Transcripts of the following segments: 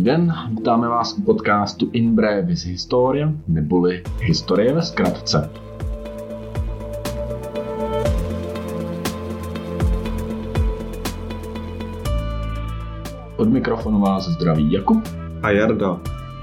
Dobrý den, vítáme vás u podcastu In Brevis Historia, neboli Historie ve zkratce. Od mikrofonu vás zdraví Jakub a Jarda.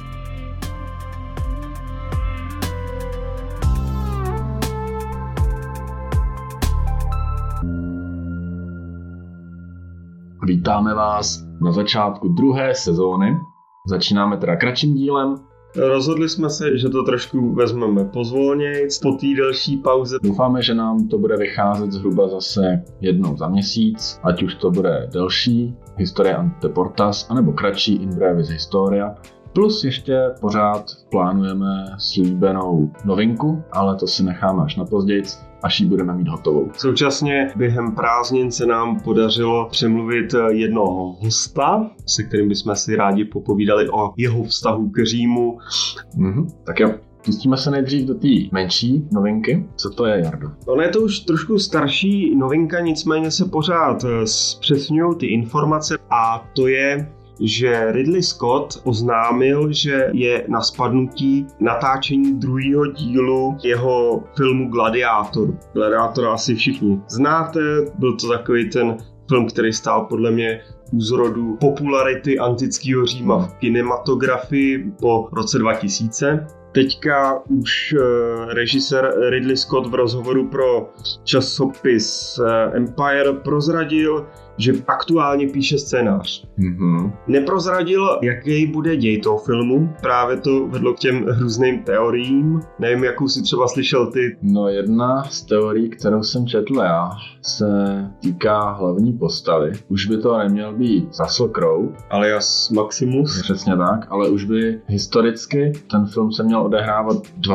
Vítáme vás na začátku druhé sezóny. Začínáme teda kratším dílem. Rozhodli jsme se, že to trošku vezmeme pozvolnějc po té delší pauze. Doufáme, že nám to bude vycházet zhruba zase jednou za měsíc, ať už to bude delší Historie ante portas, anebo kratší In Brevis Historia. Plus ještě pořád plánujeme slíbenou novinku, ale to si necháme až na později, až ji budeme mít hotovou. Současně během prázdnin se nám podařilo přemluvit jednoho hosta, se kterým bychom si rádi popovídali o jeho vztahu k Římu. Tak jo. Pustíme se nejdřív do té menší novinky. Co to je, Jardo? Ono je to už trošku starší novinka, nicméně se pořád zpřesňují ty informace a to je, že Ridley Scott oznámil, že je na spadnutí natáčení druhého dílu jeho filmu Gladiátor. Gladiátora asi všichni znáte, byl to takový ten film, který stál podle mě u zrodu popularity antického Říma v kinematografii po roce 2000. Teďka už režisér Ridley Scott v rozhovoru pro časopis Empire prozradil, že aktuálně píše scénář. Neprozradil, jaký bude děj toho filmu, právě to vedlo k těm různým teoriím. Nevím, jakou si třeba slyšel ty. No, jedna z teorií, kterou jsem četl já, se týká hlavní postavy. Už by to neměl být Russell Crowe, alias Maximus. Přesně tak, ale už by historicky ten film se měl odehrávat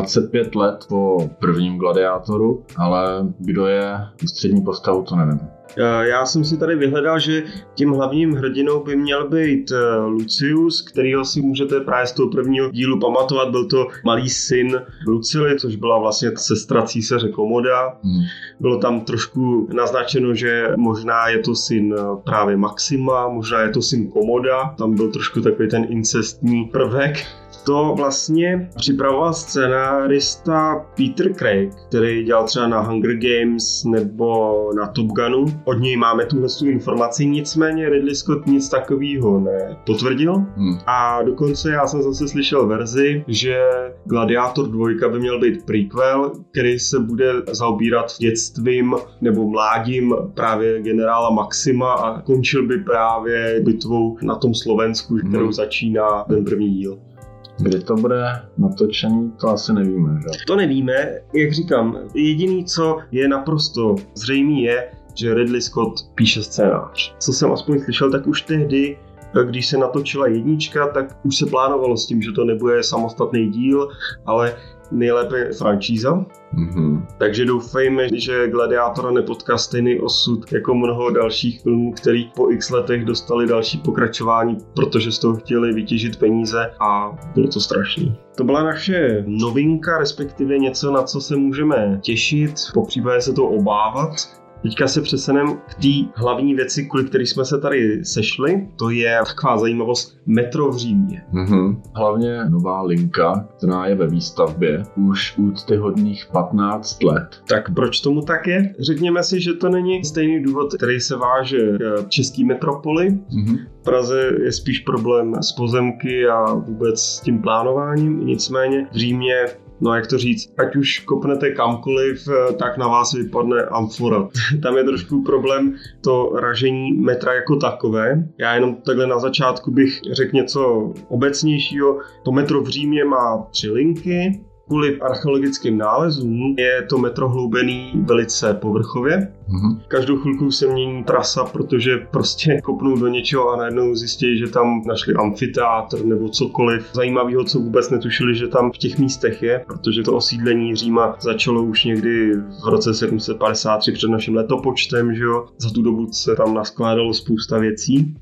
25 let po prvním Gladiátoru, ale kdo je ústřední postavou, to nevím. Já jsem si tady vyhledal, že tím hlavním hrdinou by měl být Lucius, kterýho si můžete právě z toho prvního dílu pamatovat. Byl to malý syn Lucily, což byla vlastně sestra císaře Komoda. Bylo tam trošku naznačeno, že možná je to syn právě Maxima, možná je to syn Komoda. Tam byl trošku takový ten incestní prvek. To vlastně připravoval scenárista Peter Craig, který dělal třeba na Hunger Games nebo na Top Gunu. Od něj máme tuhle informaci, nicméně Ridley Scott nic takového nepotvrdil. A dokonce já jsem zase slyšel verzi, že Gladiátor 2 by měl být prequel, který se bude zaobírat dětstvím nebo mládím právě generála Maxima a končil by právě bitvou na tom Slovensku, kterou začíná ten první díl. Kdy to bude natočený, to asi nevíme, že? To nevíme, jak říkám, jediný, co je naprosto zřejmý je, že Ridley Scott píše scénář. Co jsem aspoň slyšel, tak už tehdy, když se natočila jednička, tak už se plánovalo s tím, že to nebude samostatný díl, ale nejlépe franšíza. Takže doufejme, že Gladiátora nepotká stejný osud jako mnoho dalších filmů, který po x letech dostali další pokračování, protože z toho chtěli vytěžit peníze a bylo to strašný. To byla naše novinka, respektive něco, na co se můžeme těšit, popřípadě se to obávat. Teďka se přesenem k té hlavní věci, kvůli který jsme se tady sešli. To je taková zajímavost metro v Římě. Hlavně nová linka, která je ve výstavbě už úctyhodných 15 let. Tak proč tomu tak je? Řekněme si, že to není stejný důvod, který se váže k český metropoli. V Praze je spíš problém s pozemky a vůbec s tím plánováním. Nicméně v Římě, no jak to říct, ať už kopnete kamkoliv, tak na vás vypadne amfora. Tam je trošku problém to ražení metra jako takové. Já jenom takhle na začátku bych řekl něco obecnějšího. To metro v Římě má 3 linky. Kvůli archeologickým nálezům je to metro hloubený velice povrchově. Každou chvilku se mění trasa, protože prostě kopnou do něčeho a najednou zjistí, že tam našli amfiteátr nebo cokoliv zajímavého, co vůbec netušili, že tam v těch místech je, protože to osídlení Říma začalo už někdy v roce 753 před naším letopočtem, že jo. Za tu dobu se tam naskládalo spousta věcí.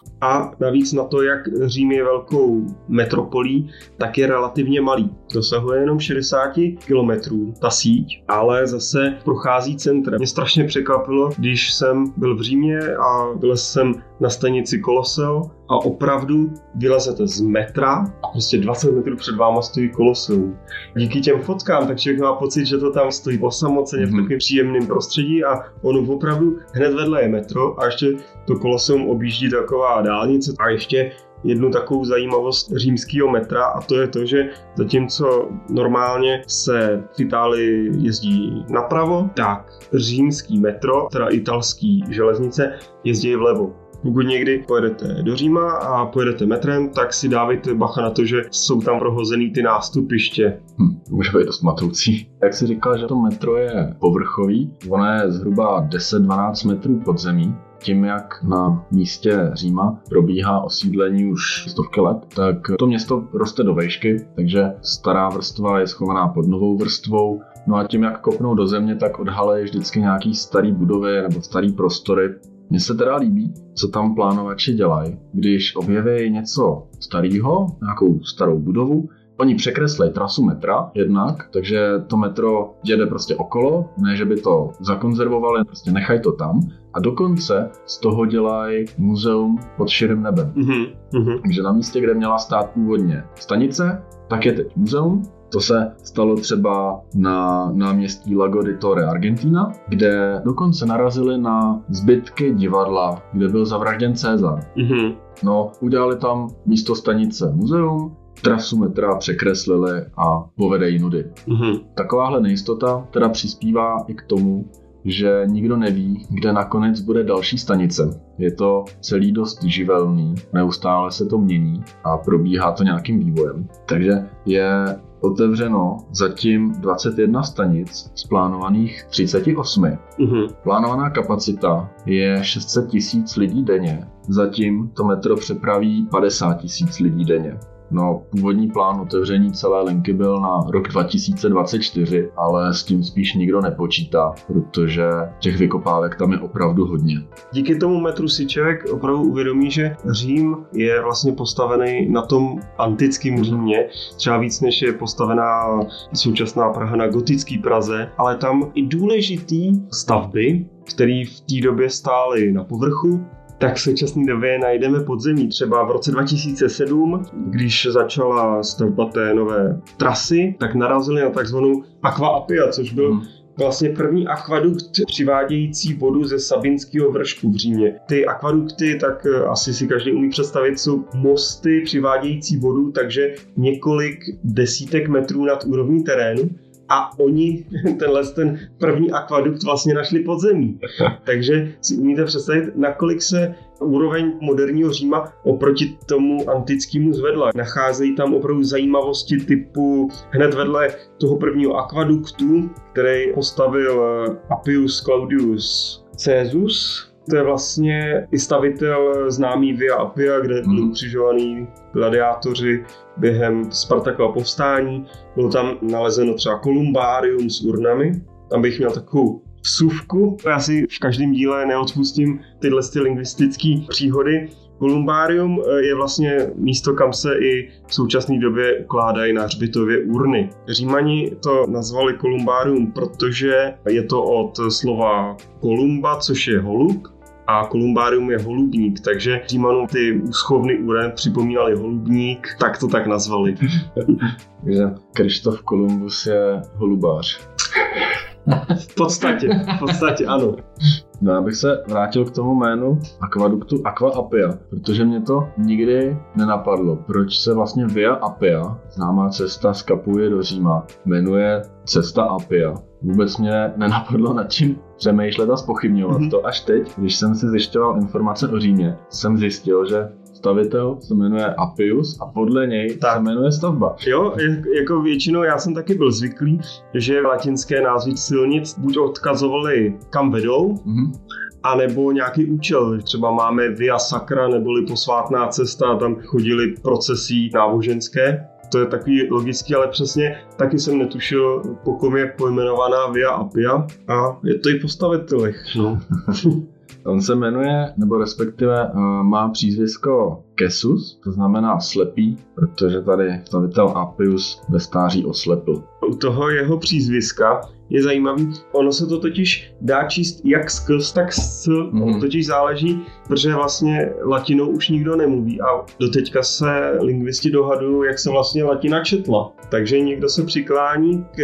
A navíc na to, jak Řím je velkou metropolí, tak je relativně malý. Dosahuje jenom 60 kilometrů ta síť, ale zase prochází centrem. Mě strašně překvapilo, když jsem byl v Římě a byl jsem na stanici Koloseo a opravdu vylezete z metra a prostě 20 metrů před váma stojí Koloseum. Díky těm fotkám, tak člověk má pocit, že to tam stojí osamoceně v takovém příjemném prostředí a ono opravdu hned vedle je metro a ještě to Koloseum objíždí taková dálnice a ještě jednu takovou zajímavost římského metra a to je to, že zatímco normálně se v Itálii jezdí napravo, tak římský metro, teda italský železnice, jezdí vlevo. Pokud někdy pojedete do Říma a pojedete metrem, tak si dávejte bacha na to, že jsou tam prohozený ty nástupiště. Může být dost matoucí. Jak jsi říkal, že to metro je povrchový, ono je zhruba 10-12 metrů pod zemí. Tím, jak na místě Říma probíhá osídlení už stovky let, tak to město roste do výšky, takže stará vrstva je schovaná pod novou vrstvou. No a tím, jak kopnou do země, tak odhalí vždycky nějaký starý budovy nebo starý prostory. Mně se teda líbí, co tam plánovači dělají, když objeví něco starého, nějakou starou budovu. Oni překreslí trasu metra jednak, takže to metro jede prostě okolo, ne že by to zakonzervovali, prostě nechají to tam. A dokonce z toho dělají muzeum pod širým nebem. Takže na místě, kde měla stát původně stanice, tak je teď muzeum. To se stalo třeba na náměstí Lago di Torre Argentina, kde dokonce narazili na zbytky divadla, kde byl zavražděn Cezar. No, udělali tam místo stanice muzeum, trasu metra překreslili a povedejí nudy. Takováhle nejistota teda přispívá i k tomu, že nikdo neví, kde nakonec bude další stanice. Je to celý dost živelný, neustále se to mění a probíhá to nějakým vývojem. Takže je otevřeno zatím 21 stanic z plánovaných 38. Plánovaná kapacita je 600 000 lidí denně, zatím to metro přepraví 50 000 lidí denně. No, původní plán otevření celé linky byl na rok 2024, ale s tím spíš nikdo nepočítá, protože těch vykopávek tam je opravdu hodně. Díky tomu metru si člověk opravdu uvědomí, že Řím je vlastně postavený na tom antickém Římě, třeba víc než je postavená současná Praha na gotický Praze, ale tam i důležitý stavby, které v té době stály na povrchu, tak v současné době najdeme podzemí. Třeba v roce 2007, když začala stavba té nové trasy, tak narazili na takzvanou Aqua Appia, což byl vlastně první akvadukt přivádějící vodu ze Sabinského vršku v Římě. Ty akvadukty, tak asi si každý umí představit, jsou mosty přivádějící vodu, takže několik desítek metrů nad úrovní terénu. A oni ten první akvadukt vlastně našli pod zemí. Takže si umíte představit, nakolik se úroveň moderního Říma oproti tomu antickému zvedla. Nacházejí tam opravdu zajímavosti typu hned vedle toho prvního akvaduktu, který postavil Appius Claudius Caesus. To je vlastně i stavitel známý Via Appia, kde byli ukřižovaní gladiátoři během Spartakova povstání. Bylo tam nalezeno třeba kolumbárium s urnami. Tam bych měl takovou vsuvku. Já si v každém díle neodpustím tyhle lingvistické příhody. Kolumbárium je vlastně místo, kam se i v současné době ukládají na hřbitově urny. Římani to nazvali kolumbárium, protože je to od slova kolumba, což je holub, a kolumbárium je holubník, takže Římanům ty úschovny uren připomínali holubník, tak to tak nazvali. Takže Krištof Kolumbus je holubář. V podstatě ano. No, abych se vrátil k tomu jménu akvaduktu Aqua Appia, protože mě to nikdy nenapadlo, proč se vlastně Via Appia, známá cesta z Capuje do Říma, jmenuje Cesta Appia. Vůbec mě nenapadlo nad čím přemýšlet a zpochybňovat to až teď, když jsem si zjišťoval informace o Římě, jsem zjistil, že stavitel se jmenuje Appius a podle něj se jmenuje stavba. Jo, jako většinou já jsem taky byl zvyklý, že latinské názvy silnic buď odkazovaly kam vedou, anebo nějaký účel. Třeba máme Via Sacra neboli posvátná cesta, tam chodily procesí náboženské. To je takový logický, ale přesně taky jsem netušil, po kom je pojmenovaná Via Appia a je to i po stavitelech. No. On se jmenuje, nebo respektive má přízvisko Caesus, to znamená slepý, protože tady stavitel Appius ve stáří oslepl. U toho jeho přízviska je zajímavý. Ono se to totiž dá číst jak skrz, tak s. Totiž záleží, protože vlastně latinou už nikdo nemluví a doteďka se lingvisti dohadují, jak se vlastně latina četla. Takže někdo se přiklání k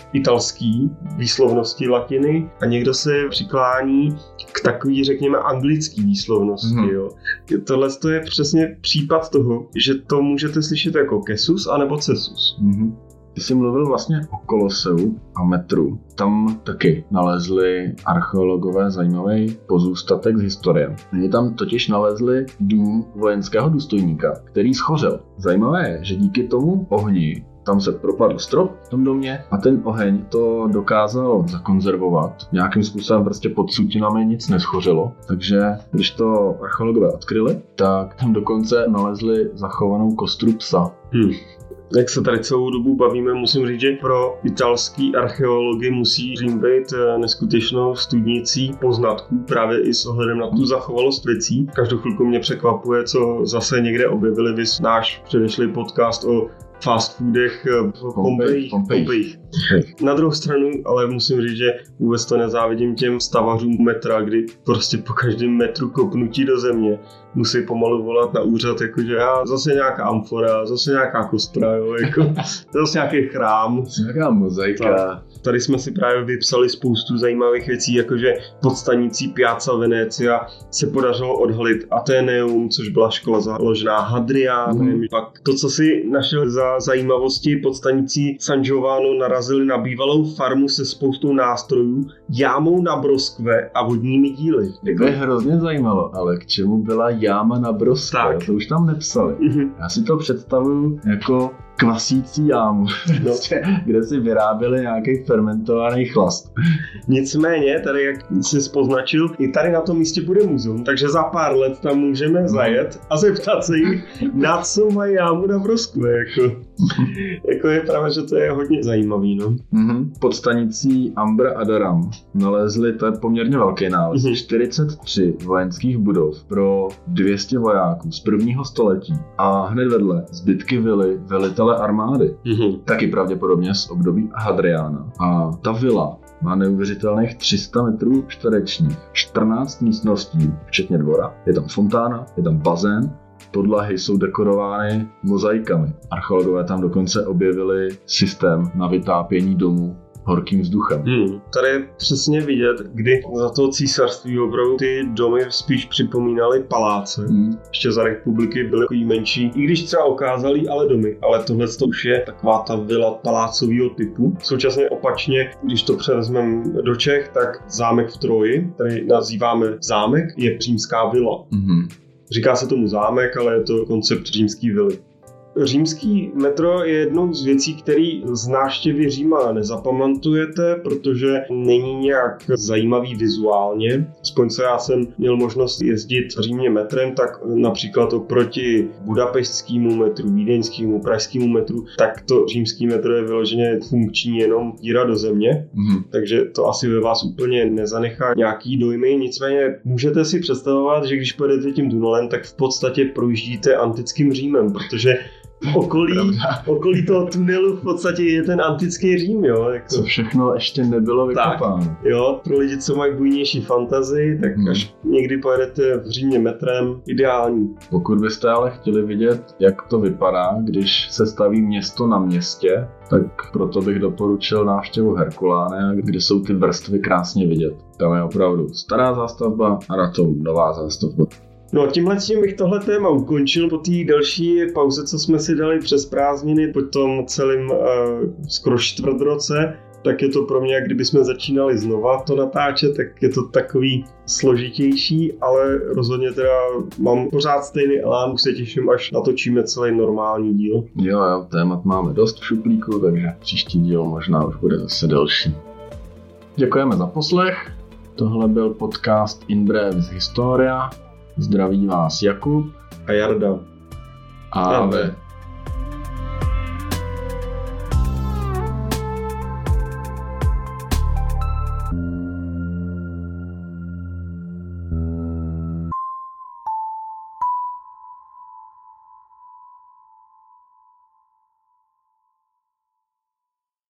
italský výslovnosti latiny a někdo se přiklání k takový, řekněme, anglický výslovnosti. Jo. Tohle je přesně případ toho, že to můžete slyšet jako kesus anebo cesus. Ty jsi mluvil vlastně o Koloseu a metru. Tam taky nalezli archeologové zajímavý pozůstatek z historie. Oni tam totiž nalezli dům vojenského důstojníka, který schořel. Zajímavé je, že díky tomu ohni tam se propadl strop v tom domě a ten oheň to dokázal zakonzervovat. Nějakým způsobem prostě pod sutinami nic neschořelo, takže když to archeologové odkryli, tak tam dokonce nalezli zachovanou kostru psa. Jak se tady celou dobu bavíme, musím říct, že pro italský archeology musí Řím být neskutečnou studnicí poznatků, právě i s ohledem na tu zachovalost věcí. Každou chvilku mě překvapuje, co zase někde objevili, náš předešlý podcast o fast foodech v Pompejích. Na druhou stranu, ale musím říct, že vůbec to nezávidím těm stavařům metra, kdy prostě po každém metru kopnutí do země musí pomalu volat na úřad, jakože zase nějaká amfora, zase nějaká kostra, jo, jako, zase nějaký chrám. Nějaká mozaika. Tady jsme si právě vypsali spoustu zajímavých věcí, jakože pod stanicí Piazza Venezia se podařilo odhalit Ateneum, což byla škola založená Hadriánem. Pak to, co si našel za zajímavosti, pod stanicí San Giovanni narazili na bývalou farmu se spoustou nástrojů, jámou na broskve a vodními díly. To je hrozně zajímalo, ale k čemu byla jáma na broskve? To už tam nepsali. Já si to představuju jako kvasící jámu, kde si vyráběli nějaký fermentovaný chlast. Nicméně, tady jak jsi poznačil, i tady na tom místě bude muzeum, takže za pár let tam můžeme zajet a zeptat se jich, na co mají jámu na broskve. Jako je pravda, že to je hodně zajímavý. No. Pod stanicí Ambra Adaram nalezli, to je poměrně velký nález, 43 vojenských budov pro 200 vojáků z prvního století a hned vedle zbytky vily velitele armády, taky pravděpodobně z období Hadriána. A ta vila má neuvěřitelných 300 metrů čtverečních, 14 místností, včetně dvora. Je tam fontána, je tam bazén, podlahy jsou dekorovány mozaikami. Archeologové tam dokonce objevili systém na vytápění domu horkým vzduchem. Tady je přesně vidět, kdy za toho císařství opravdu ty domy spíš připomínaly paláce. Ještě za republiky byly takový menší, i když třeba okázalý, ale domy. Ale tohle to už je taková ta vila palácového typu. Současně opačně, když to převezmeme do Čech, tak zámek v Troji, který nazýváme zámek, je římská vila. Říká se tomu zámek, ale je to koncept římský vily. Římský metro je jednou z věcí, který z návštěvy Říma nezapamatujete, protože není nějak zajímavý vizuálně. Aspoň co já jsem měl možnost jezdit v Římě metrem, tak například oproti budapeštskému metru, vídeňskému, pražskému metru, tak to římský metro je vyloženě funkční jenom díra do země, takže to asi ve vás úplně nezanechá nějaký dojmy. Nicméně můžete si představovat, že když pojedete tím tunelem, tak v podstatě projíždíte antickým Římem, protože okolí toho tunelu v podstatě je ten antický Řím, jo. Jako. Co všechno ještě nebylo vykopáno. Jo, pro lidi, co mají bujnější fantazii, tak až někdy pojedete v Římě metrem, ideální. Pokud byste ale chtěli vidět, jak to vypadá, když se staví město na městě, tak proto bych doporučil návštěvu Herkuláne, kde jsou ty vrstvy krásně vidět. Tam je opravdu stará zástavba a na tom nová zástavba. No tímhle bych tohle téma ukončil po té další pauze, co jsme si dali přes prázdniny, po tom celém skoro čtvrtroce, tak je to pro mě, jak kdyby jsme začínali znova to natáčet, tak je to takový složitější, ale rozhodně teda mám pořád stejný elán, už se těším, až natočíme celý normální díl. Jo, témat máme dost v šuplíku, takže příští díl možná už bude zase delší. Děkujeme za poslech, tohle byl podcast In Brevis Historia. Zdraví vás Jakub a Jarda. Ave.